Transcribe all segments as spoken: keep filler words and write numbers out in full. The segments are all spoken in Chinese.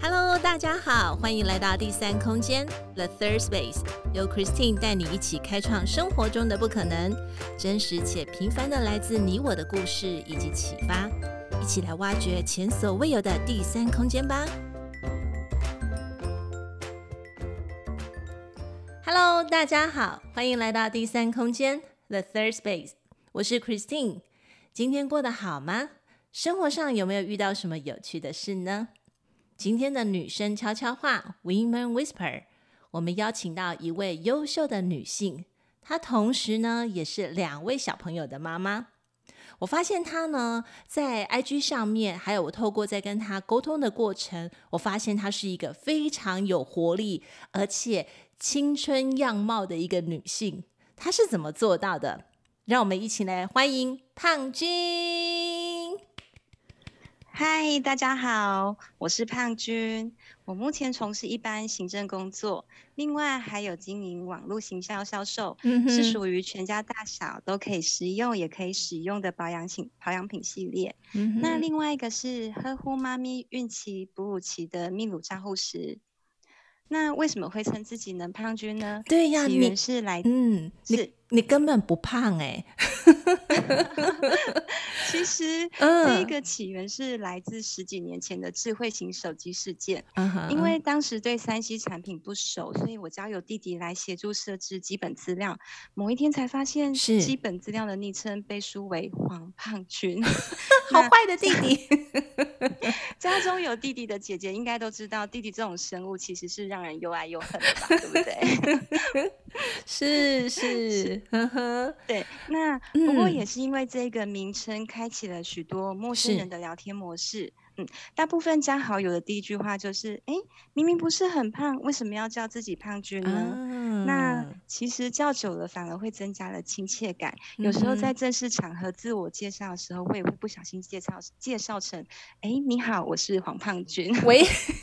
Hello， 大家好，欢迎来到第三空间 The Third Space， 由 Christine 带你一起开创生活中的不可能，真实且平凡的来自你我的故事以及启发，一起来挖掘前所未有的第三空间吧。Hello， 大家好，欢迎来到第三空间 The Third Space， 我是 Christine。今天过得好吗？生活上有没有遇到什么有趣的事呢？今天的女生悄悄话 Women Whisper， 我们邀请到一位优秀的女性，她同时呢也是两位小朋友的妈妈。我发现她呢在 I G 上面，还有我透过在跟她沟通的过程，我发现她是一个非常有活力而且青春样貌的一个女性。她是怎么做到的？让我们一起来欢迎胖君。 嗨，大家好，我是胖君。我目前从事一般行政工作，另外还有经营网络行销销售， 嗯哼， 是属于全家大小都可以食用也可以使用的保养品保养品系列。 嗯哼， 那另外一个是呵护妈咪孕期、哺乳期的泌乳照护师。那为什么会称自己能胖君呢？ 对呀， 起源你是来嗯，你是你根本不胖哎、 其实这嗯个起源是来自十几年前的智慧型手机事件。 嗯哼因为当时对三 C 产品不熟，所以我交由弟弟来协助设置基本资料。某一天才发现， 是基本资料的昵称被输为黄胖君。那好坏的弟弟家中有弟弟的姐姐应该都知道，弟弟这种生物其实是让人又爱又恨的吧，对不对？ 是是呵呵对，那不过也嗯是因为这个名称开启了许多陌生是人的聊天模式。嗯，大部分加好友的第一句话就是：哎，明明不是很胖，为什么要叫自己胖君呢？那啊其实叫久了反而会增加了亲切感。有嗯时候在哼正式场合自我介绍的时候，我也会不小心介绍介绍成：哎，你好，我是黄胖君。 喂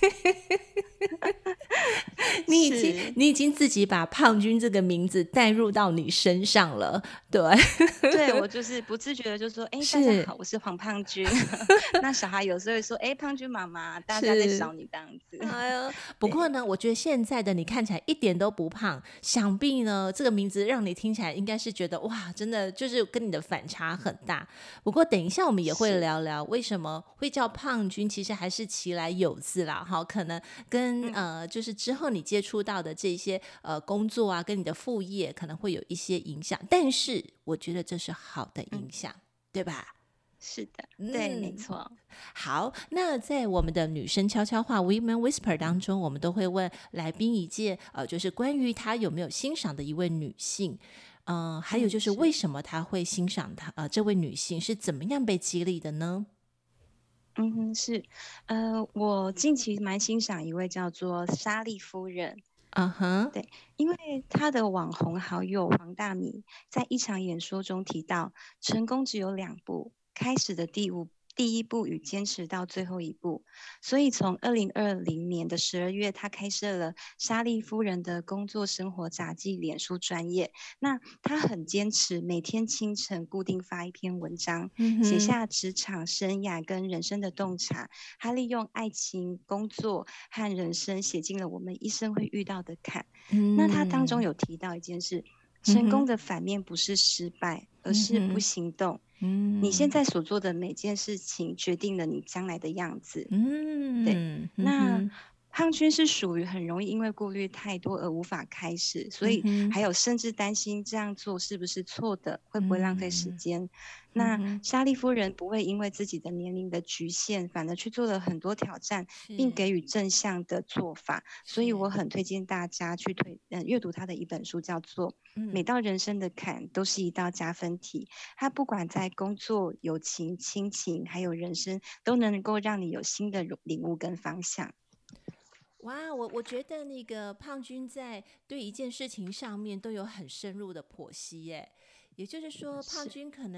你已经是。 你已经自己把胖君这个名字带入到你身上了，对对，我就是不自觉的就说：哎，大家是好，我是黄胖君。那小孩有时候会说：哎，胖君妈妈，大家在是找你这样子。 哎呦，不过对， 呢，我觉得现在的你看起来一点都不胖，想必呢这个名字让你听起来应该是觉得哇，真的就是跟你的反差很大。不过等一下我们也会是， 聊聊为什么会叫胖君，其实还是其来有自啦，哈，可能跟嗯， 呃就是之后你接触到的这些呃工作啊，跟你的副业可能会有一些影响，但是我觉得这是好的嗯， 影响，对吧？ 是的，对，没嗯， 错。 好，那在我们的女生悄悄话 Women Whisper 当中，我们都会问来宾一件呃，就是关于她有没有欣赏的一位女性，嗯、呃，还有嗯， 就是为是， 什么她会欣赏她呃这位女性是怎么样被激励的呢？ 嗯哼，是。呃，我近期蛮欣赏一位叫做莎莉夫人。 嗯哼， 对，因为他的网红好友黄大米在一场演说中提到，成功只有两步，开始的第五第一步与坚持到最后一步。所以从二零二零年的十二月，他开设了莎莉夫人的工作生活杂记脸书专业。那他很坚持，每天清晨固定发一篇文章，写嗯哼， 下职场生涯跟人生的洞察。他利用爱情、工作和人生写进了我们一生会遇到的坎。那他当中嗯有提到一件事，成功嗯哼， 的反面不是失败，而是不嗯哼， 行动。你现嗯在所做的每件事情，决定了你将来的样子。对， 嗯嗯那哼， 胖君是属于很容易因为顾虑太多而无法开始，所以嗯哼， 还有甚至担心这样做是不是错的，会不会浪费时嗯间。那嗯哼， 莎莉夫人不会因为自己的年龄的局限，反而去做了很多挑战，并是给予正向的做法。所以我是， 很推荐大家去推嗯阅读她的一本书，叫做《每嗯。 道人生的坎都是一道加分题》。它不管在工作、友情、亲情，还有人生，都能够让你有新的领悟跟方向。 哇，我我觉得那个胖君在对一件事情上面都有很深入的剖析，耶。也就是说，胖是， 君可能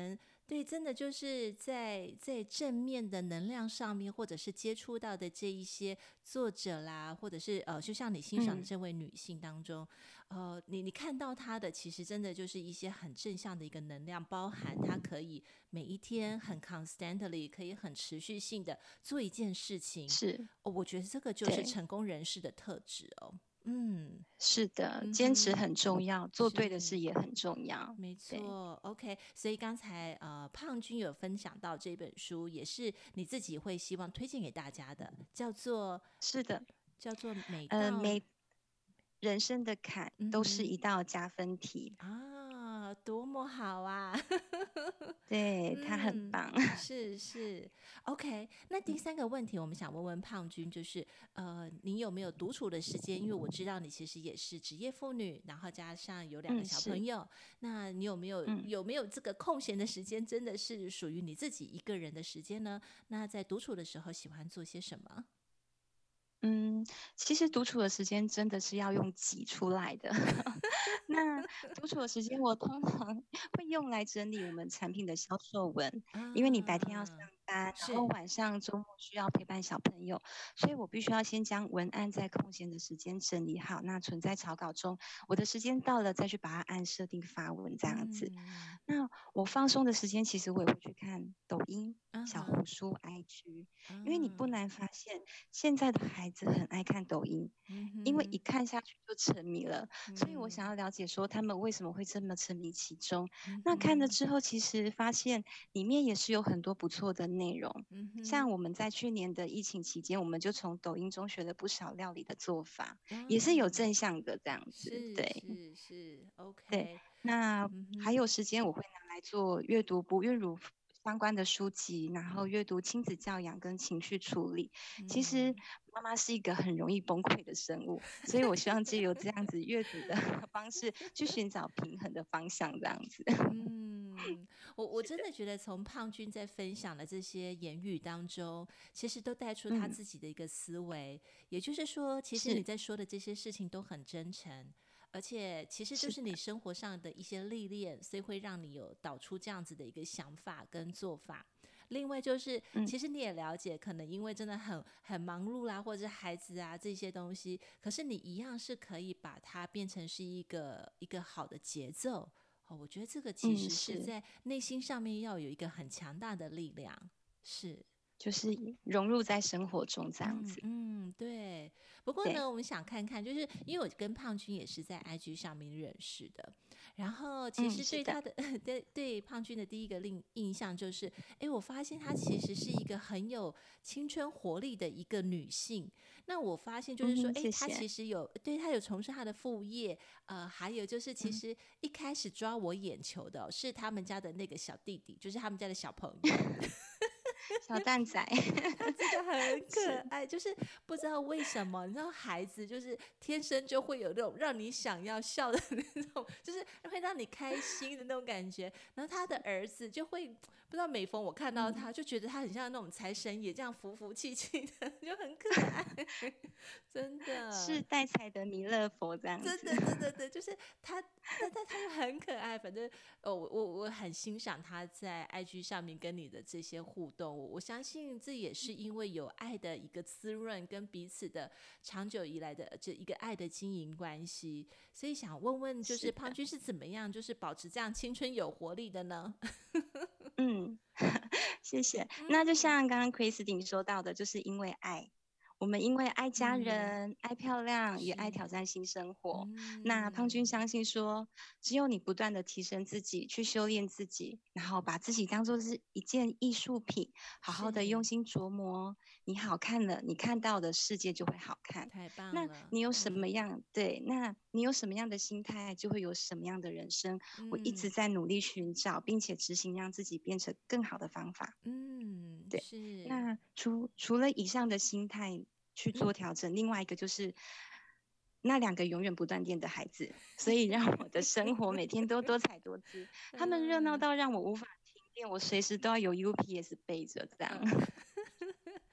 对，真的就是在在正面的能量上面，或者是接触到的这一些作者啦，或者是呃，就像你欣赏的嗯， 这位女性当中，呃，你你看到她的，其实真的就是一些很正向的一个能量，包含她可以每一天很 constantly，可以很持续性的做一件事情。 是， 哦，我觉得这个就是对。 成功人士的特质哦。嗯是的，坚持嗯哼， 很重要，做对的事是。 也很重要。 没对， 错，OK。所以刚才呃，胖君有分享到这本书，也是你自己会希望推荐给大家的，叫做是的， 叫做每呃， 到每人生的坎都是嗯哼一道加分题， 啊，多么好啊！ 对，他很嗯， 棒。 是是，OK。那第三个问题，我们想问问胖君，就是呃，你有没有独处的时间？因为我知道你其实也是职业妇女，然后加上有两个嗯， 小朋是， 友，那你有没有嗯。 有没有这个空闲的时间，真的是属于你自己一个人的时间呢？那在独处的时候，喜欢做些什么？ 嗯，其实独处的时间真的是要用挤出来的。那独处的时间，我通常会用来整理我们产品的销售文，因为你白天要上啊， 班，然后是， 晚上周末需要陪伴小朋友，所以我必须要先将文案在空闲的时间整理好，那存在草稿中，我的时间到了再去把它按设定发文这样子。 嗯， 那我放松的时间，其实我也会去看抖音、小啊哈， 红书、I G，因为你不啊， 难发现，现在的孩子很爱看抖音， 嗯因为一哼， 看下去就沉迷了。所以我想嗯要了解说，他们为什么会这么沉迷其中？ 嗯那看了哼， 之后，其实发现里面也是有很多不错的内容。 嗯哼。 像我们在去年的疫情期间，我们就从抖音中学了不少料理的做法，也是有啊， 正向的这样子。 是对是是对， ，OK。 那还嗯哼， 有时间我会拿来做阅读不孕乳相关的书籍，然后阅读亲子教养跟情绪处理。其实嗯妈妈是一个很容易崩溃的生物，所以我希望借由这样子阅读的方式，去寻找平衡的方向，这样子。 嗯，我我是的， 真的觉得从胖君在分享的这些言语当中，其实都带出他嗯， 自己的一个思维，也就是说，其实你是在说的这些事情都很真诚，而且其实就是的， 是你生活上的一些历练，所以会让你有导出这样子的一个想法跟做法。另外就是， 嗯其实你也了解，可能因为真的很很忙碌啦，或者是孩子啊这些东西，可是你一样是可以把它变成是一个一个好的节奏。哦，我觉得这个其嗯， 实是是。 在内心上面要有一个很强大的力量，是。 就是融入在生活中这样子。 嗯嗯，对。不过对， 呢，我们想看看，就是因为我跟胖君也是在 I G 上面认识的，然后其嗯，是的， 实对他的对对胖君的第一个印印象就是，哎，我发现她其实是一个很有青春活力的一个女性。那我发现就是说， 嗯哼， 哎， 谢谢。 她其实有对她有从事她的副业，呃，还有就是其嗯， 实一开始抓我眼球的哦是他们家的那个小弟弟，就是他们家的小朋友。 小蛋仔。 他真的很可是， 爱，就是不知道为什么，你知道孩子就是天生就会有那种让你想要笑的那种，就是会让你开心的那种感觉。然后他的儿子就会不知道每逢我看到嗯。 他，就觉得他很像那种财神爷，这样服服气气的，就很可爱，真的。 是带财的弥勒佛这样子。 真的，真的，对，就是他，但但他又很可爱。反正，哦，我我我很欣赏他在 I G 上面跟你的这些互动。我我相信这也是因为有爱的一个滋润，跟彼此的长久以来的这一个爱的经营关系。所以想问问，就是胖是的， 君是怎么样，就是保持这样青春有活力的呢？ 嗯，谢谢。那就嗯像刚刚 Christine 说到的，就是因为爱，我们因为爱家嗯， 人、爱漂亮，也爱是， 挑战新生活。那胖君嗯相信说，只有你不断的提升自己，去修炼自己，然后把自己当做是一件艺术品，好好的用是， 心琢磨，你好看了，你看到的世界就会好看。 太棒那了， 你有什么嗯样，对，那你有什么样的心态，就会有什么样的人生。我一直嗯在努力寻找，并且执行让自己变成更好的方法。 嗯， 对， 是。 那除除了以上的心态去做调整，另外一个就是那两个永远不断电的孩子，所以让我的生活每天都多彩多姿。他们热闹嗯到让我无法停电，我随时都要有 U P S 备着，这样。 嗯，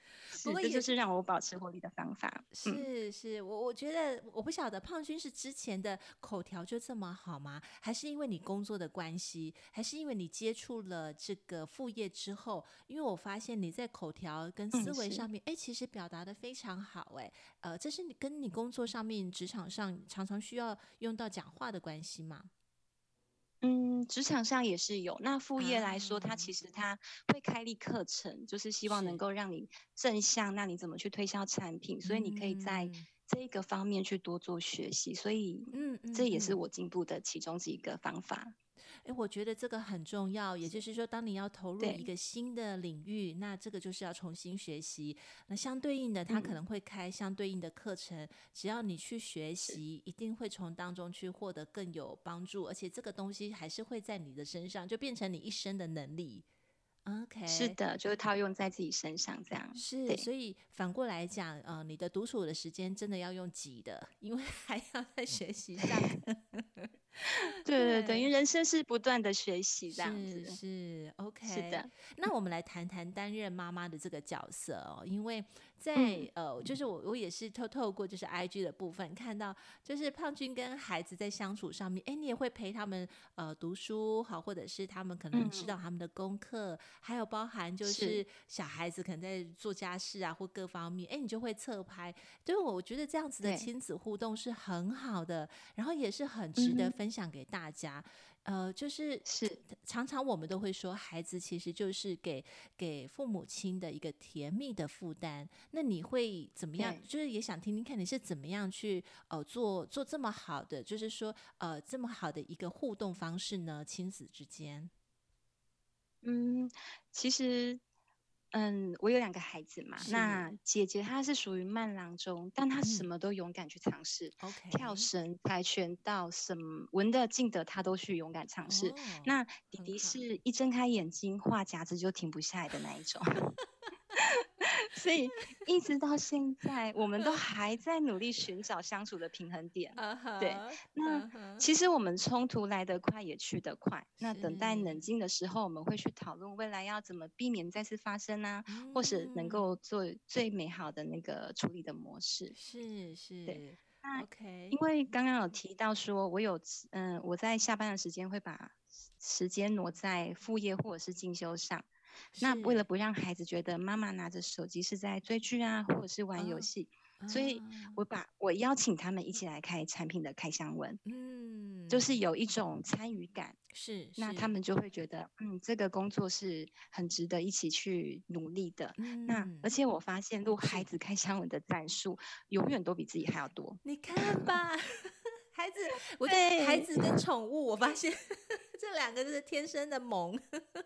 是，这就是让我保持活力的方法。嗯， 是是，我我觉得我不晓得胖君是之前的口条就这么好吗？还是因为你工作的关系，还是因为你接触了这个副业之后？因为我发现你在口条跟思嗯，是。 维上面，哎，其实表达的非常好，哎，呃，这是你跟你工作上面、职场上常常需要用到讲话的关系吗？ 嗯，职场上也是有。那副业来说，它啊， 其实它会开立课程，就是希望能是， 够让你正向，那你怎么去推销产品，所以你可以在嗯这一个方面去多做学习。所以嗯嗯这也是嗯。 我进步的其中几个方法。 诶，我觉得这个很重要，也就是说，当你要投入一对， 个新的领域，那这个就是要重新学习。那相对应的，他可嗯， 能会开相对应的课程，只要你去学是习，一定会从当中去获得更有帮助，而且这个东西还是会在你的身上，就变成你一生的能力。OK， 是的，就是套用在自己身上这样。 是，所对。 以反过来讲，呃，你的独处的时间真的要用挤的，因为还要在学习上课。 对对对，因为对， 人生是不断的学习这样是子。 是，OK。 是的。 那我们来谈谈担任妈妈的这个角色哦，因为在嗯， 呃，就是我我也是透透过就是 I G 的部分看到，就是胖君跟孩子在相处上面，哎，你也会陪他们呃读书好，或者是他们可能指导嗯， 他们的功课，还有包含就是。 是小孩子可能在做家事啊或各方面，哎，你就会侧拍。对，我觉得这样子的对。 亲子互动是很好的，然后也是很值得嗯哼。 分享给大家。呃，就是是。 常常我们都会说，孩子其实就是给给父母亲的一个甜蜜的负担。那你会怎么样？ 对。 就是也想听听看你是怎么样去呃做做这么好的，就是说呃这么好的一个互动方式呢？亲子之间嗯，其实，嗯，我有两个孩子嘛，那是姐姐她是属于慢郎中，但她什嗯么都勇敢去尝试，跳 ，OK， 绳、跆拳道，什么闻得进的她都去勇敢尝试。 哦， 那弟弟很好， 是一睁开眼睛话匣子就停不下来的那一种。所以一直到现在，我们都还在努力寻找相处的平衡点。 嗯对， 哼， 那嗯哼， 其实我们冲突来得快，也去得快。那等待是， 冷静的时候，我们会去讨论未来要怎么避免再次发生啊，或是能嗯， 够做最美好的那个处理的模式。 是对， 是那因 ，OK， 为刚刚有提到说，我有嗯、我在下班的时间会把时间挪在副业或者是进修上。那为了是， 不让孩子觉得妈妈拿着手机是在追剧啊，或者是玩游啊戏，所以啊， 我把我邀请他们一起来开产品的开箱文，就是嗯， 有一种参与感。那他是是， 们就会觉得，嗯，这个工作是很值得一起去努力的。那而嗯， 且我发现录孩是， 子开箱文的赞数永远都比自己还要多。 你看吧，孩子，我就孩对， 子跟宠物，我发现这两个就是天生的萌，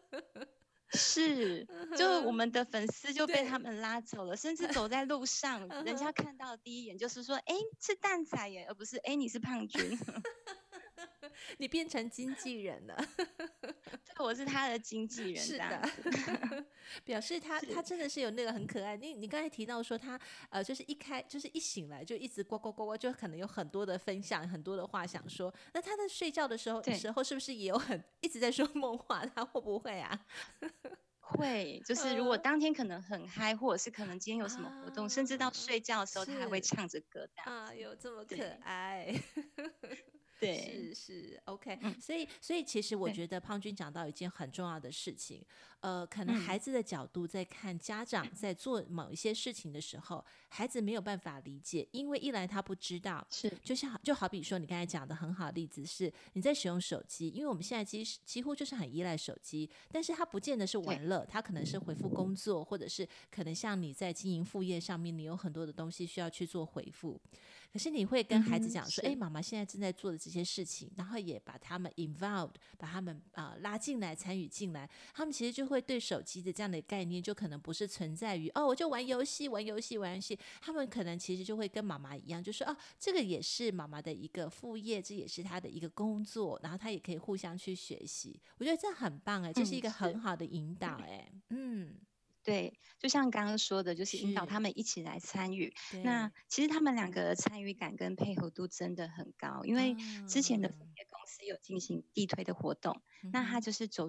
是， 嗯就我哼， 们的粉丝就被他对， 们拉走了，甚至走在路上，人家嗯哼。 看到的第一眼就是说：“哎，是蛋仔耶，而不是哎你是胖君。” 你变成经纪人了， 对，我是他的经纪人是的， 这样子。 表示他他是。 真的是有那个很可爱。你你刚才提到说他呃，就是一开就是一醒来就一直呱呱呱呱，就可能有很多的分享，很多的话想说。那他在睡觉的时候对。 时候是不是也有很一直在说梦话？他会不会啊？ 会，就是如果呃当天可能很嗨，或者是可能今天有什么活动，甚至到啊， 睡觉的时候，他还会是唱着歌这样啊， 子。 有这么可对。 爱。 对。 是是，OK， 嗯， 所以所以其实我对。 觉得胖君讲到一件很重要的事情，呃，可能孩嗯， 子的角度在看家长在做某一些事情的时候，孩子没有办法理解，因为一来他不知道， 是。 就像就好比说你刚才讲的很好的例子是你在使用手机，因为我们现在几几乎就是很依赖手机，但是他不见得是玩对。 乐，他可能是回复工作，或者是可能像你在经营副业上面，你有很多的东西需要去做回复，可是你会跟孩子嗯哼， 讲说，哎， 是。 妈妈现在正在做的这些事情，然后也把他们 involved，把他们呃拉进来，参与进来，他们其实就会对手机的这样的概念，就可能不是存在于哦，我就玩游戏，玩游戏，玩游戏。他们可能其实就会跟妈妈一样，就说哦，这个也是妈妈的一个副业，这也是他的一个工作，然后他也可以互相去学习。我觉得这很棒哎，这是一嗯， 个很是。 好的引导哎，嗯， 对，就像刚刚说的，就是引导他是， 们一起来参与。那对其实他们两个的参与感跟配合度真的很高，因为之前的副啊， 业公司有进行地推的活动，那他嗯哼， 就是走出户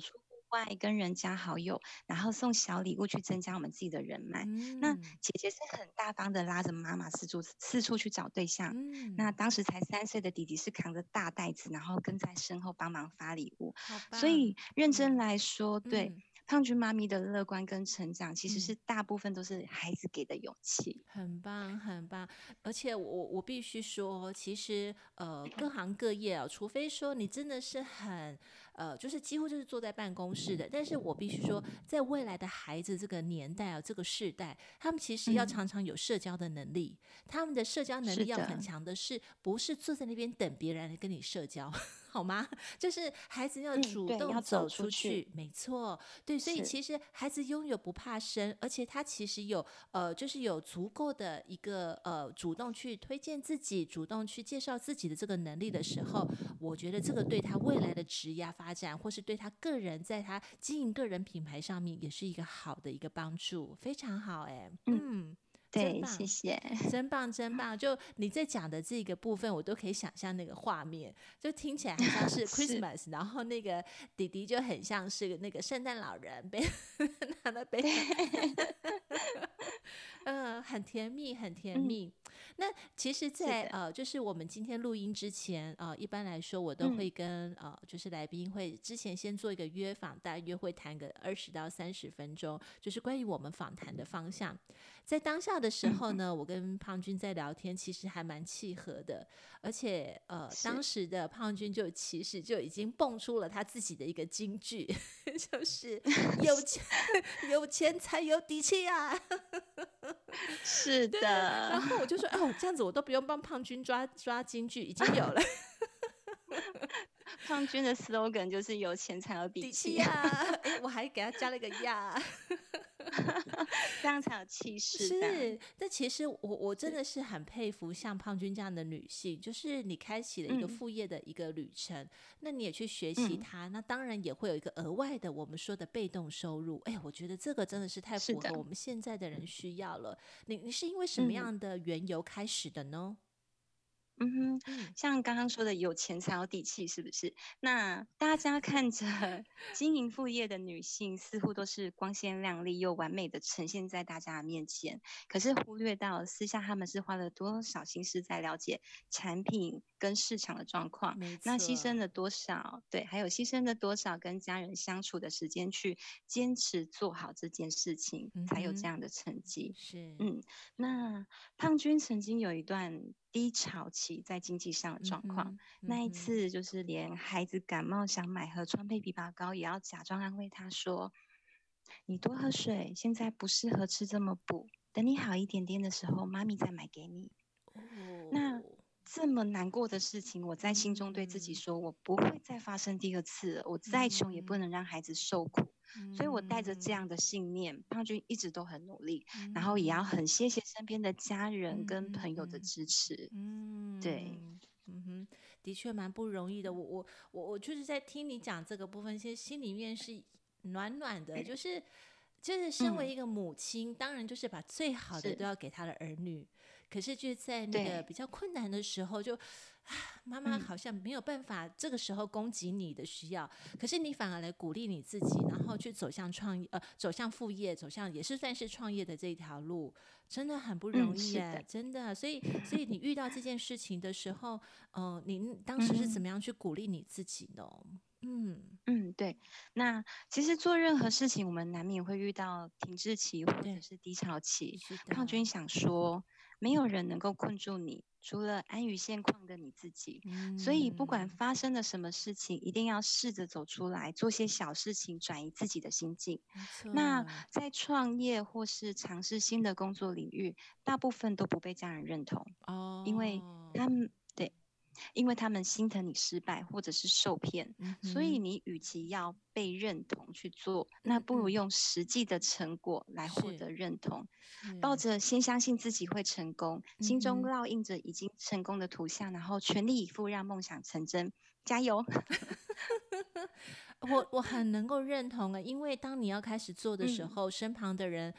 外跟人家好友，然后送小礼物去增加我们自己的人脉。那嗯姐姐是很大方的拉着妈妈四处四处去找对象。那嗯， 当时才三岁的弟弟是扛着大袋子，然后跟在身后帮忙发礼物。 好所以棒， 认真嗯来说，对嗯胖君妈咪的乐观跟成长，其实嗯。 是大部分都是孩子给的勇气。 很棒，很棒，而且我我必须说，其实呃，各行各业啊，除非说你真的是很呃，就是几乎就是坐在办公室的，但是我必须说，在未来的孩子这个年代啊，这个世代，他们其实要嗯， 常常有社交的能力，他们的社交能力要很是的， 强的是，不是坐在那边等别人来跟你社交，好吗？就是孩子要嗯， 主对，要走动走出去， 出去，没错，对，所以是， 其实孩子拥有不怕生，而且他其实有呃，就是有足够的一个呃，主动去推荐自己，主动去介绍自己的这个能力的时候，我觉得这个对他未来的职业发展，或是对他个人在他经营个人品牌上面，也是一个好的一个帮助，非常好哎， 嗯， 嗯，真对，谢棒。 谢。 真棒，真棒！就你在讲的这个部分，我都可以想象那个画面，就听起来很像是是， Christmas，然后那个弟弟就很像是那个圣诞老人，被拿了背， 对， 嗯，很甜蜜，很甜嗯， 蜜。那其实在， 是的， 呃，就是我们今天录音之前，呃，一般来说我都会嗯跟呃，就是来宾会之前先做一个约访，大约会谈个二十到三十分钟，就是关于我们访谈的方向。在当下的时候嗯， 呢，我跟胖君在聊天，其实还蛮契合的，而且呃，当是， 时的胖君就其实就已经蹦出了他自己的一个金句，就是有钱有钱才有底气啊。 是对， 的。 然后我就说，哦，这样子我都不用帮胖君抓抓金句，已经有了胖君的 slogan 就是有钱才有底底气气， 呀、哎，我还给他加了一个呀。 这样才有气势。这样是，但其实我我真的是很佩服像胖君这样的女性，就是你开启了一个嗯副业的一个旅程，那你也去学习嗯， 它，那当然也会有一个额外的我们说的被动收入。哎，我觉得这个真的是太是的， 符合我们现在的人需要了。你你是因为什么嗯。 样的缘由开始的呢？ 嗯哼， 嗯， 像刚刚说的有钱才有底气，是不是？那大家看着经营副业的女性，似乎都是光鲜亮丽又完美的呈现在大家的面前，可是忽略到私下他们是花了多少心思在了解产品跟市场的状况， 没那牺牲错， 了多少？对，还有牺牲了多少跟家人相处的时间去坚持做好这件事情，才有这嗯哼， 样的成绩。 是， 嗯，那胖君曾经有一段低潮期在经济上的状况， 嗯哼，嗯那一哼， 次就是连孩子感冒想买盒川贝枇杷膏，也要假装安慰他说：“你多喝水，现在不适合吃这么补，等你好一点点的时候，妈咪再买给你。”那哦， 这么难过的事情，我在心中对自己嗯说：“我不会再发生第二次了，我再穷也不嗯能让孩子受苦。”所以我带着这嗯样的信念，胖君一直都很努力，然后也要嗯很谢谢身边的家人嗯跟朋友的嗯嗯支持。对， 嗯嗯哼，的确蛮不容易的。我我我我就是在听你讲这个部分，其实心里面是暖暖的，就是就是身为嗯， 一个母亲，当然就是把最好的都是， 要给她的儿女。可是就在那个对， 比较困难的时候就，啊，妈妈嗯好像没有办法这个时候供给你的需要，可是你反而来鼓励你自己，然后去走向创业，呃，走向副业，走向也是算是创业的这条路，真的很不容嗯， 易耶， 是的， 真的。所以，所以你遇到这件事情的时候，嗯、你当时是怎嗯。 么样去鼓励你自己呢？嗯， 嗯，对。那其实做任何事情，我们难免会遇到停滞期或者对， 是低潮期。 是的， 胖君想说，没有人能够困住你，除了安于现况的你自己。所以，不管嗯， 发生了什么事情，一定要试着走出来，做些小事情，转移自己的心境。 没错， 那在创业或是尝试新的工作领域，大部分都不被家人认同，因为哦， 他们对。因为他们心疼你失败或者是受骗，所以嗯哼， 你与其要被认同去做，那不如嗯嗯， 用实际的成果来获是得认同。抱是， 着先相信自己会成功，心中嗯哼。 烙印着已经成功的图像，然后全力以赴让梦想成真。加油！ 我我很能够认同啊，因为当你要开始做的时嗯， 候，身旁的人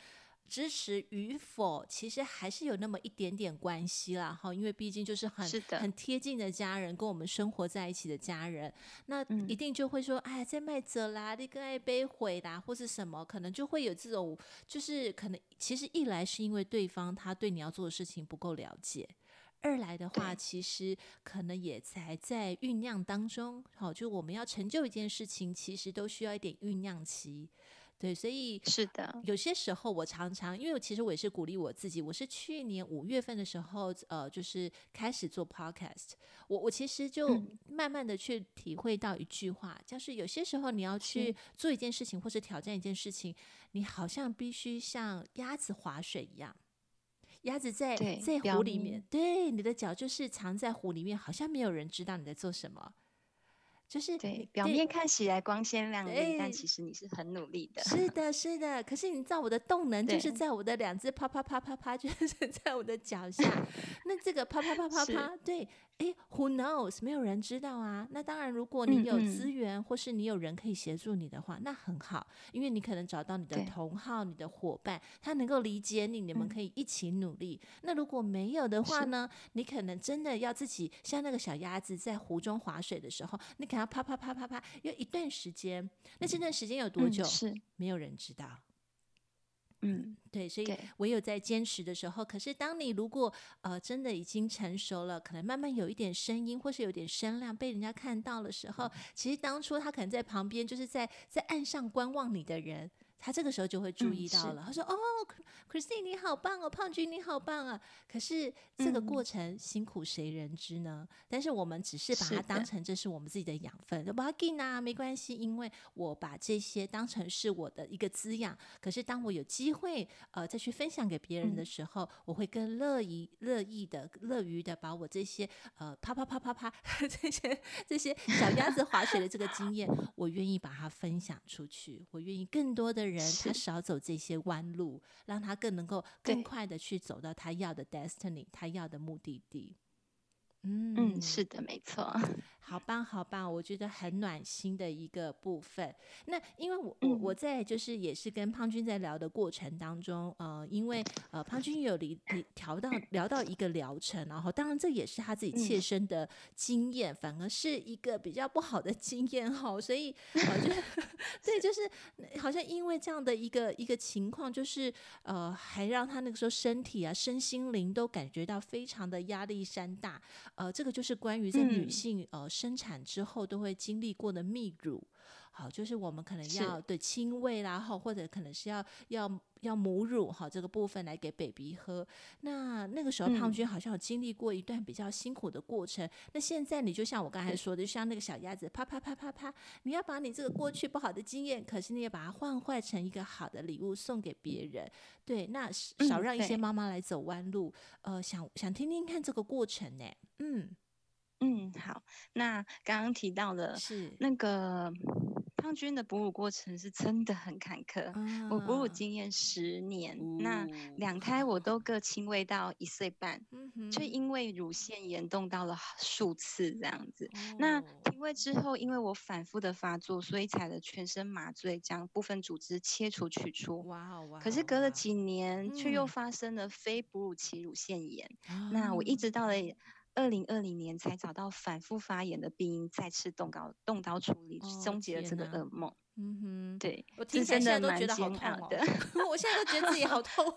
支持与否，其实还是有那么一点点关系啦哈，因为毕竟就是很是的， 很贴近的家人，跟我们生活在一起的家人，那一嗯， 定就会说，哎，在卖者啦，你跟爱杯毁啦，或是什么，可能就会有这种，就是可能其实一来是因为对方他对你要做的事情不够了解。二来的话， 对， 其实可能也才在酝酿当中，好，就我们要成就一件事情，其实都需要一点酝酿期，对，所以是的， 有些时候我常常，因为其实我也是鼓励我自己，我是去年五月份的时候，呃，就是开始做 podcast，我我其实就嗯， 慢慢的去体会到一句话，就是有些时候你要去是， 做一件事情或是挑战一件事情，你好像必须像鸭子划水一样。鸭子在对， 在湖里面， 表明对，你的脚就是藏在湖里面，好像没有人知道你在做什么，就是你对，表对面看起来光鲜亮丽，但对， 其实你是很努力的。 是的，是的。可是你知道我的动能就是对， 在我的两只啪啪啪啪啪，就是在我的脚下。那这个啪啪啪啪是， 啪，对，诶 w h o knows？没有人知道啊。那当然，如果你嗯有资嗯， 源，或是你有人可以协助你的话，那很好，因为你可能找到你的对， 同好、你的伙伴，他能够理解你，你们嗯， 可以一起努力。那如果没有的话是， 呢，你可能真的要自己像那个小鸭子在湖中划水的时候，你可能要啪啪啪啪啪，有一段时间。那这段时间有多嗯， 久？ 是， 没有人知道。 嗯， 对，所以对， 唯有在坚持的时候，可是当你如果呃真的已经成熟了，可能慢慢有一点声音，或是有点声量被人家看到的时候，其实当初他可能在旁边，就是在在岸上观望你的人，他这个时候就会注嗯，是， 意到了。他说：“哦，Christine 你好棒哦，胖君你好棒啊！”可是这个过嗯， 程辛苦谁人知呢？但是我们只是把它当是的， 成这是我们自己的养分，就不要紧啊，没关系，因为我把这些当成是我的一个滋养。可是当我有机会呃再去分享给别人的嗯， 时候，我会更乐意乐意的乐于的把我这些呃啪啪啪啪啪这些这些小鸭子划水的这个经验，我愿意把它分享出去，我愿意更多的人他是， 少走这些弯路，让他更能够更对， 快的去走到他要的 destiny，他要的目的地。 嗯， 嗯， 是的，没错， 好棒，好棒，我觉得很暖心的一个部分。那因为我我我嗯， 在就是也是跟胖君在聊的过程当中，呃，因为呃胖君有离离调到聊到一个疗程，然后当然这也是他自己切嗯， 身的经验，反而是一个比较不好的经验哈，所以呃就是对， 是， 就是好像因为这样的一个一个情况，就是呃还让他那个时候身体啊身心灵都感觉到非常的压力山大。呃，这个就是关于在女嗯， 性呃生产之后都会经历过的泌乳，好，就是我们可能是， 要对亲喂啦，哈，或者可能是要要要母乳哈这个部分来给 baby 喝。那那个时候胖君嗯， 好像有经历过一段比较辛苦的过程。那现在你就像我刚才是， 说的，就像那个小鸭子啪啪啪啪啪，你要把你这个过去不好的经验，可是你也把它换换成一个好的礼物送给别人。对，那少嗯， 让一些对， 妈妈来走弯路。呃，想想听听看这个过程呢。嗯， 嗯，好。那刚刚提到的是， 那个胖君的哺乳过程是真的很坎坷。我哺乳啊， 经验十年，那呜， 两胎我都各亲喂到一岁半， 嗯哼， 却因为乳腺炎冻到了数次这样子。那哦， 停喂之后，因为我反复的发作，所以采了全身麻醉，将部分组织切除取出。 哇哦，哇哦， 可是隔了哇哦， 几年，却又嗯， 发生了非哺乳期乳腺炎。那我一啊， 直到了二零二零年才找到反复发炎的病因，再次动刀动刀处理， 哦， 终结了这个天哪， 噩梦。 嗯哼， 对， 我听是起来现在真的蛮都觉得好煎熬的。 痛哦，我现在都觉得自己好痛。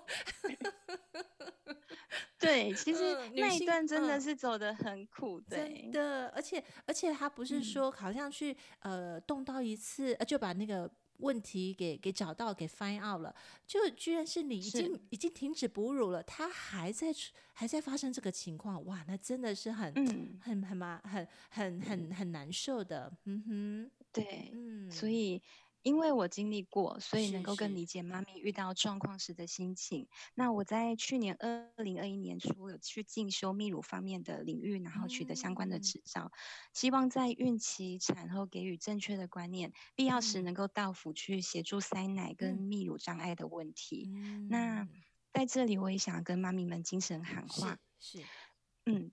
对，其实嗯，女那一性， 段真的嗯。 是走得很苦， 真对， 的，而且而且他不是嗯， 说好像去呃动刀一次，呃就把那个问题给给找到，给 find out 了，就居然是你已是， 经已经停止哺乳了，他还在出还在发生这个情况，哇，那真的是很嗯。 很很麻很很很很难受的，嗯哼， 对，所嗯， 以因为我经历过，所以能是是， 够更理解妈咪遇到状况时的心情。那我在去年二零二一年初有去进修泌乳方面的领域，然后取得相关的嗯执照，希望在孕期、产后给予正确的观念，必要时嗯能够到府去协助塞奶跟嗯泌乳障碍的问题。那嗯， 在这里，我也想跟妈咪们精神喊是话， 是， 嗯。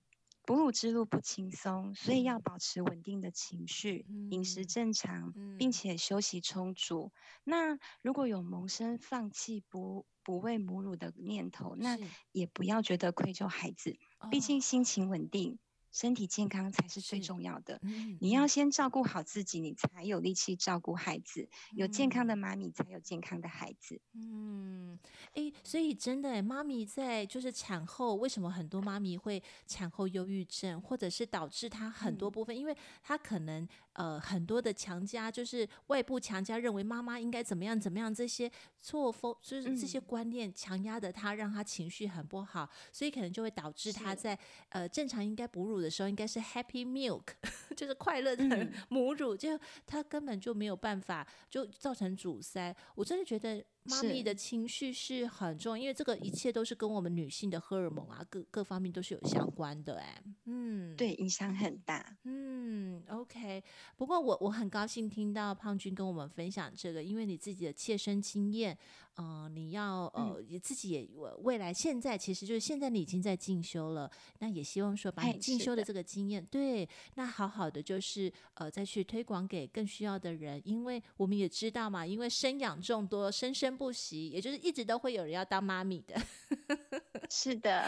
哺乳之路不轻松，所以要嗯保持稳定的情绪，饮食嗯正常，并嗯， 且休息充足。那如果有萌生放弃不不喂母乳的念头，那是也不要觉得愧疚孩子，毕竟哦， 心情稳定。身体健康才是最是， 重要的。 嗯嗯你要先照顾好自己，你才有力气照顾孩子。有健康的嗯。 妈咪，才有健康的孩子。 嗯，诶，所以真的诶，妈咪在就是产后，为什么很多妈咪会产后忧郁症，或者是导致她很多嗯， 部分，因为她可能呃很多的强加，就是外部强加认为妈妈应该怎么样怎么样，这些错风就是这些嗯， 观念强压的她，让她情绪很不好，所以可能就会导致她是， 在呃正常应该哺乳的时候应该是 happy milk，就是快乐的嗯， 母乳，就她根本就没有办法，就造成阻塞。我真的觉得妈咪的是， 情绪是很重要，因为这个一切都是跟我们女性的荷尔蒙啊，各各方面都是有相关的。哎，嗯。 对，影响很大。 嗯，OK。不过我我很高兴听到胖君跟我们分享这个，因为你自己的切身经验，呃，你要嗯， 呃，也自己也未来现在其实就是现在你已经在进修了，那也希望说把你嘿， 进修的是的， 这个经验，对，那好好的就是呃再去推广给更需要的人，因为我们也知道嘛，因为生养众多，生生不息，也就是一直都会有人要当妈咪的。 是的，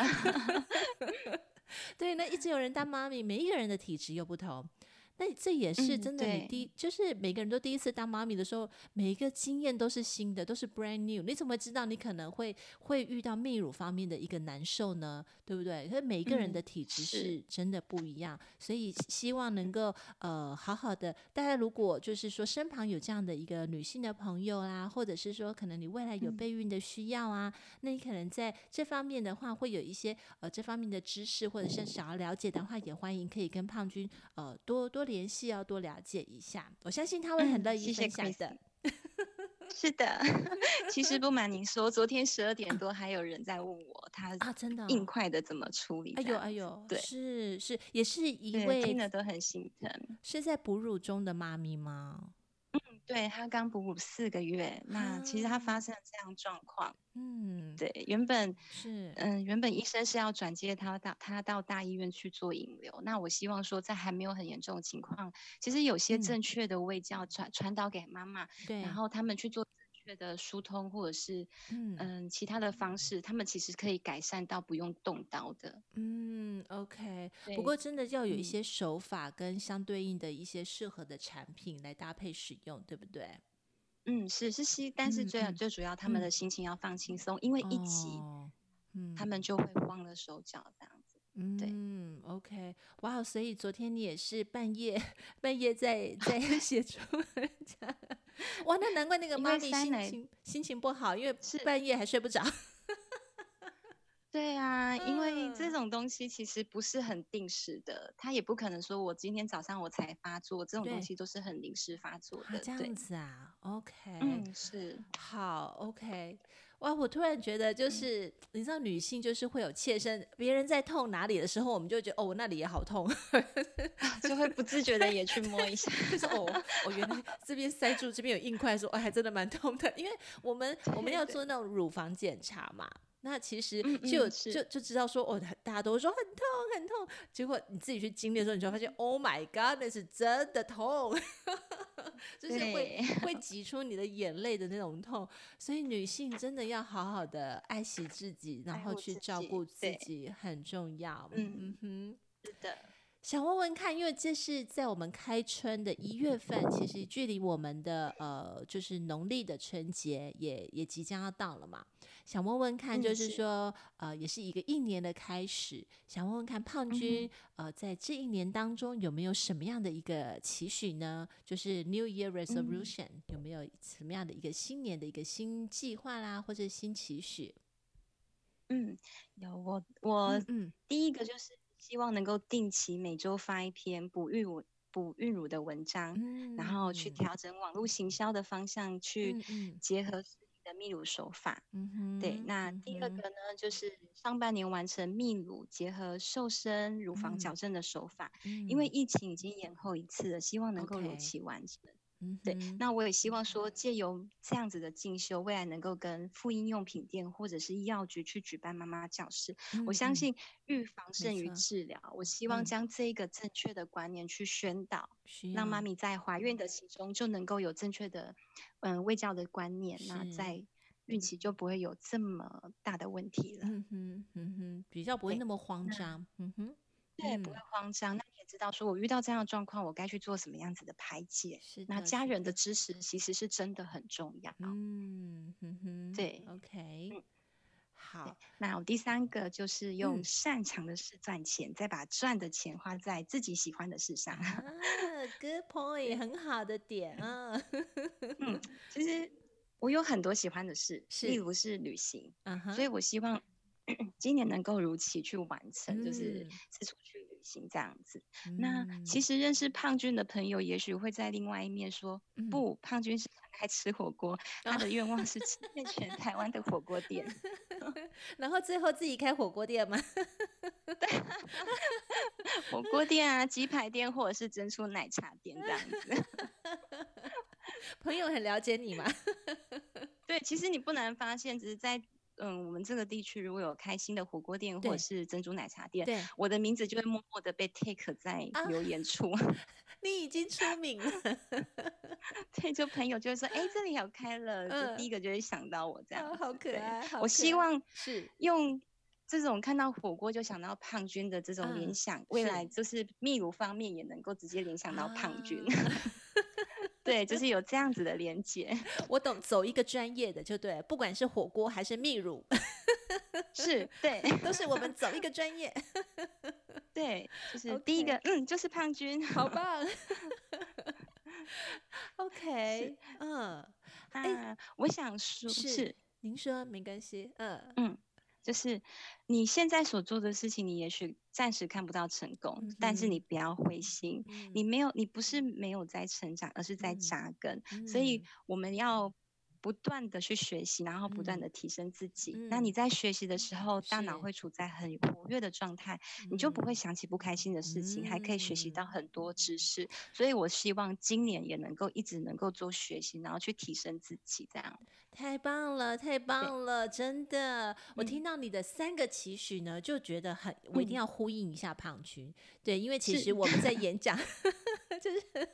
对，那一直有人当妈咪，每一个人的体质又不同。那这也是嗯， 真的，你对， 第一就是每个人都第一次当妈咪的时候，每一个经验都是新的，都是 brand new。你怎么会知道你可能会会遇到泌乳方面的一个难受呢？对不对？可是每一个人的嗯， 体质是， 是真的不一样，所以希望能够呃好好的。大家如果就是说身旁有这样的一个女性的朋友啦，或者是说可能你未来有嗯， 备孕的需要啊，那你可能在这方面的话，会有一些呃这方面的知识，或者是想要了解的话，也欢迎可以跟胖君呃多多联系，要多了解一下。我相信他会很乐嗯， 意谢谢分享 Chris。 的是的，其实不瞒您说，昨天十二点多还有人在问我，他啊，真的硬哦。 块的怎么处理哎呦这样子。 哎呦， 对， 是是，也是一对， 位听了都很心疼。 是在哺乳中的妈咪吗？ 对，他刚哺乳四个月，那其实他发啊， 生了这样状况。 嗯， 对，原本， 是， 嗯，原本医生是要转接他到他到大医院去做引流。那我希望说，在还没有很严重的情况，其实有些嗯， 正确的卫教传传导给妈妈，然对， 后他们去做正确的疏通，或者是嗯。 嗯其他的方式，他们其实可以改善到不用动刀的。 嗯，OK。不对， 过真的要有一嗯些手法跟相对应的一些适合的产品来搭配使用，对不对？ 嗯，是是希，但是最嗯嗯最主要他们嗯， 的心情要放轻松，因为一急哦，嗯他们就会慌了手脚这样子。对。 嗯，OK。哇，所以昨天你也是半夜半夜在在写出人家，哇，那难怪那个因为妈咪心塞奶情心情不好，因为是半夜还睡不着。 对啊，因为这嗯， 种东西其实不是很定时的，他也不可能说我今天早上我才发作，这种东对。 西都是很临时发作啊， 的。 这样对， 子啊，OK。 嗯，是， 好，OK。哇，我突然觉得，就嗯， 是你知道，女性就是会有切身，别人在痛哪里的时候，我们就会觉得哦，我那里也好痛。 啊，就会不自觉的也去摸一下。 就是哦哦，原来这边塞住，这边有硬块，说哦，还真的蛮痛的。因为我们我们对对， 要做那种乳房检查嘛，那其实嗯就有嗯，是， 就就知道说哦，大家都会说很痛很痛，结果你自己去经历的时候，你就会发现，Oh my God，那是真的痛。就是会对， 会挤出你的眼泪的那种痛，所以女性真的要好好的爱惜自己，然爱护后去自己。 照顾自对， 己很重要。嗯嗯， 哼。 是的， 想问问看，因为这是在我们开春的一月份，其实距离我们的呃，就是农历的春节也也即将要到了嘛。想问问看，就嗯， 是是， 说，呃，也是一个一年的开始，想问问看，胖君， 嗯哼， 呃，在这一年当中有没有什么样的一个期许呢？就是 New Year 嗯 Resolution 有没有什么样的一个新年的一个新计划啦，或者新期许？ 嗯，有我我嗯嗯第一个就是希望能够定期每周发一篇哺育文哺育乳的文章，然后去嗯调整网络行销的方向，去嗯嗯结合实际的泌乳手法。 嗯对， 哼那嗯哼第二个呢，就是上半年完成泌乳结合瘦身、乳房嗯矫正的手法，因为嗯疫情已经延后一次了，希望能够如 ，OK。 期完成。 嗯对， 哼， 那我也希望说，借由这样子的进修，未来能够跟妇婴用品店或者是医药局去举办妈妈教室。我嗯嗯， 相信预防胜于没错， 治疗，我希望嗯， 将这一个正确的观念去宣导， 需要让妈咪在怀孕的其中就能够有正确的嗯卫教的观念，那是。 在孕期就不会有这么大的问题了。 嗯哼，嗯哼，比较不会那对。 么慌张。嗯哼， 对，不会嗯， 慌张。那你也知道说我遇到这样的状况，我该去做什么样子的排解。 是的， 那家人的是的。 支持其实是真的很重要。 嗯哼哼对， ，OK， 嗯，对。 好， 那我第三个就是用嗯擅长的事赚钱，再把赚的钱花在自己喜欢的事上。 啊，good point， 对， 很好的点啊， 嗯，其实我有很多喜欢的事，例是， 如是旅行， 嗯哼， 所以我希望今年能够如期去完成，就是嗯四处去旅行这样子。那其嗯实认识胖君的朋友，也许会在另外一面说， 嗯， 不，胖君是很爱吃火锅，他啊， 的愿望是吃遍全台湾的火锅店。 然后最后自己开火锅店吗？ 火锅店啊，鸡排店，或者是珍珠奶茶店这样子。 朋友很了解你吗？ 对，其实你不难发现，只是在嗯我们这个地区，如果有开新的火锅店或者对是珍珠奶茶店， 对我的名字就会默默的被 take 在啊， 留言处。 你已经出名了， 对，就朋友就会说，哎，这里有开了，就第一嗯， 个就会想到我这样啊，好子。对， 可爱，好我可爱， 希望是， 用这种看到火锅就想到胖君的这种联嗯， 想，未来是就是秘鲁方面也能够直接联想到胖君。 啊。 对，就是有这样子的连接。 我懂，走一个专业的就对了，不管是火锅还是秘乳， 是，对。 都是我们走一个专业。 对，就是第一个， OK， 嗯，就是胖君。 好棒。 是。 OK，嗯，哎， 那我想说， 是， 是， 您说没关系，嗯嗯，就是你现在所做的事情，你也许暂时看不到成功， 嗯但是你哼， 不要灰心，你嗯没有，你不是没有在成长，而是在嗯扎根，所以嗯我们要不断的去学习，然后不断嗯的提升自己。那你嗯， 在学习的时候，大脑是， 会处在很活跃的状态，你就不会嗯想起不开心的事情，还可以学习嗯。 到很多知识。所以我希望今年也能够一直能够做学习，然后去提升自己，这样。 太棒了，太对， 棒了！真的，我听嗯到你的三个期许呢，就觉得很，我一定嗯， 要呼应一下胖君。对，因为其实是。 我们在演讲，就是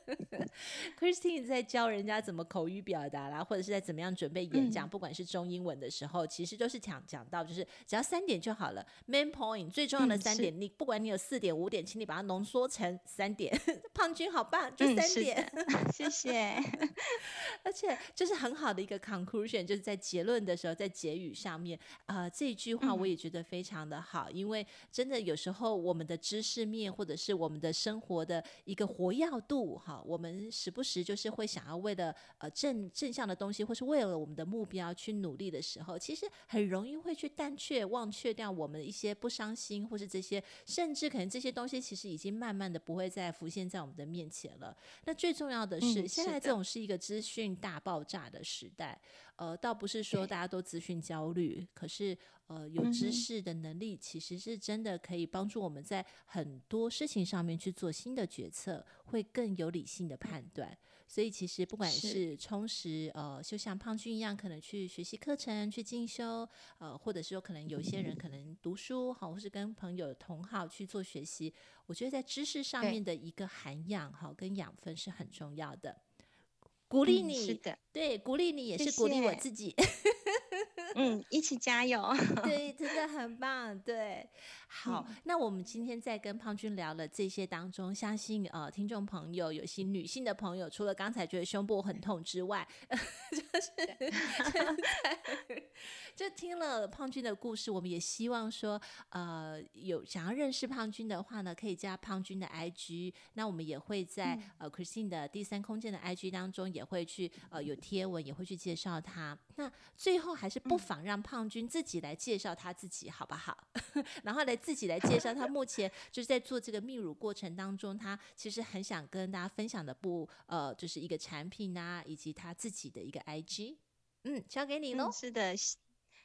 Christine 在教人家怎么口语表达啦，或者是在怎么样准备演讲， 嗯不管是中英文的时候，其实都是讲讲到，就是只要三点就好了，main point 最重要的嗯，是。 三点，你不管你有四点五点，请你把它浓缩成三点。胖君好棒，就嗯， 三点。 是的。谢谢。 而且就是很好的一个 conclusion，就是在结论的时候，在结语上面，呃，这一句话我嗯也觉得非常的好，因为真的有时候我们的知识面或者是我们的生活的一个活跃度，哈，我们时不时就是会想要为了呃正正向的东西，或是为了我们的目标去努力的时候，其实很容易会去淡却忘却掉我们的一些不伤心，或是这些，甚至可能这些东西其实已经慢慢的不会再浮现在我们的面前了。那最重要的是， 嗯， 现在这是的。 种是一个资讯大爆炸的时代，呃，倒不是说对。 大家都资讯焦虑，可是呃，有知嗯哼。 识的能力其实是真的可以帮助我们在很多事情上面去做新的决策，会更有理性的判断。所以其实不管是。 是充实，呃，就像胖君一样，可能去学习课程、去进修，呃，或者是说可能有一些人可能读书，好，或是跟朋友同好去做学习，我觉得在知识上面对。 的一个涵养，好，跟养分是很重要的。鼓励嗯，是你， 的。 对，鼓励你也谢是鼓励我谢。 自己。 嗯，一起加油。 对，真的很棒。对，好， 嗯那我们今天在跟胖君聊了这些当中，相信呃听众朋友有些女性的朋友，除了刚才觉得胸部很痛之外，就是现在就听了胖君的故事，我们也希望说，呃，有想要认识胖君的话呢，可以加胖君的 I G，那我们也会在、 嗯呃 Christine 的第三空间的 I G 当中也会去呃有贴文，也会去介绍他。那最后还是不妨让胖君自己来介绍他自己，好不好？然后来自己来介绍他目前就是在做这个泌乳过程当中，他其实很想跟大家分享的部呃，就是一个产品啊，以及他自己的一个 I G。嗯，交给你喽。 嗯，是的。谢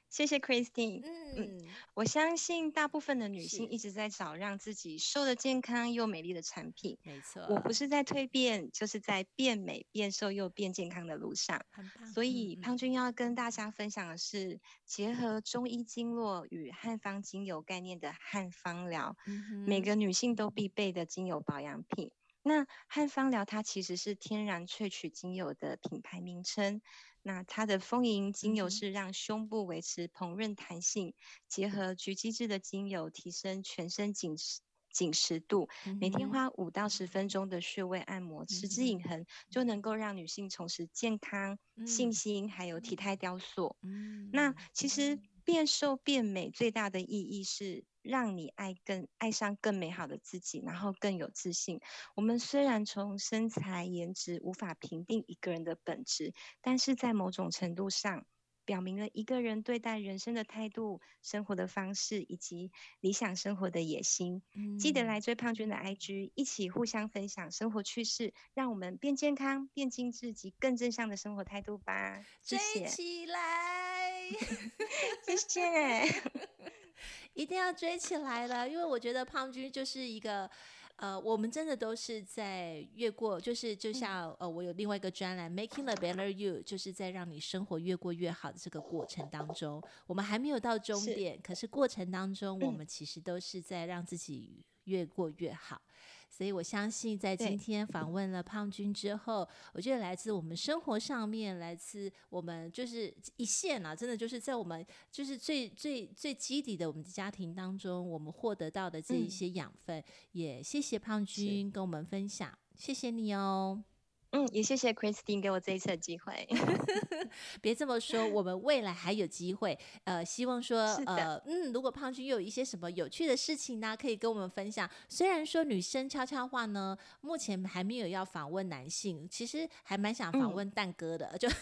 谢谢 Christine。 嗯嗯，我相信大部分的女性是一直在找让自己瘦得健康又美丽的产品。 没错， 我不是在蜕变，就是在变美、变瘦又变健康的路上。 很棒。 所以嗯胖君要跟大家分享的是结合中医经络与汉方精油概念的汉方疗， 嗯哼每个女性都必备的精油保养品。那汉方疗它其实是天然萃取精油的品牌名称。那它的丰盈精油是让胸部维持膨润弹性，结合菊基质的精油提升全身紧实紧实度。 嗯每天花五到十分钟的穴位按摩，持之以恒，就能够让女性重拾健康、 嗯信心，还有体态雕塑。 嗯那其实变瘦变美最大的意义是让你爱更爱上更美好的自己，然后更有自信。我们虽然从身材颜值无法评定一个人的本质，但是在某种程度上表明了一个人对待人生的态度、生活的方式以及理想生活的野心。 嗯记得来追胖君的 I G， 一起互相分享生活趣事，让我们变健康、变精致及更正向的生活态度吧。谢追谢， 起来！ 谢谢。 一定要追起来了，因为我觉得胖君就是一个，呃，我们真的都是在越过，就是就像、嗯、呃，我有另外一个专栏 Making the Better You， 就是在让你生活越过越好的这个过程当中，我们还没有到终点，可是过程当中，我们其实都是在让自己越过越好。所以我相信在今天访问了胖君之后，我觉得来自我们生活上面，来自我们就是一线啊，真的就是在我们就是最最最基底的我们的家庭当中，我们获得到的这一些养分、嗯、也谢谢胖君跟我们分享，谢谢你哦。 嗯，也谢谢 Christine 给我这一次的机会。 别这么说，我们未来还有机会。呃，希望说，呃，嗯，如果胖君有一些什么有趣的事情呢，可以跟我们分享。虽然说女生悄悄话呢，目前还没有要访问男性，其实还蛮想访问蛋哥的，嗯、就。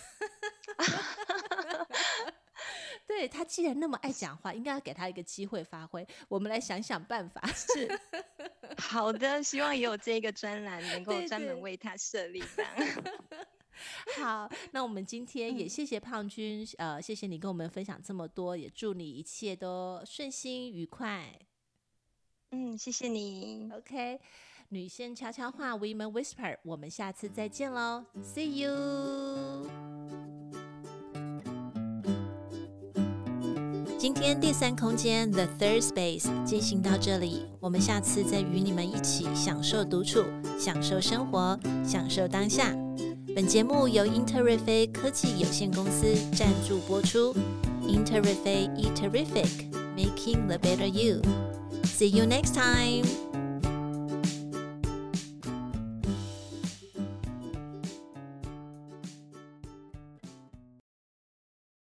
对，他既然那么爱讲话，应该要给他一个机会发挥。我们来想想办法。 是好的，希望也有这个专栏能够专门为他设立的。 好，那我们今天也谢谢胖君、嗯、呃，谢谢你跟我们分享这么多，也祝你一切都顺心愉快。 嗯，谢谢你。 OK， 女生悄悄话 Women Whisper， 我们下次再见咯， See you。今天第三空间 The Third Space 进行到这里，我们下次再与你们一起享受独处，享受生活，享受当下。本节目由英特瑞飞科技有限公司赞助播出。英特瑞飞 E Terrific Making the Better You。See you next time.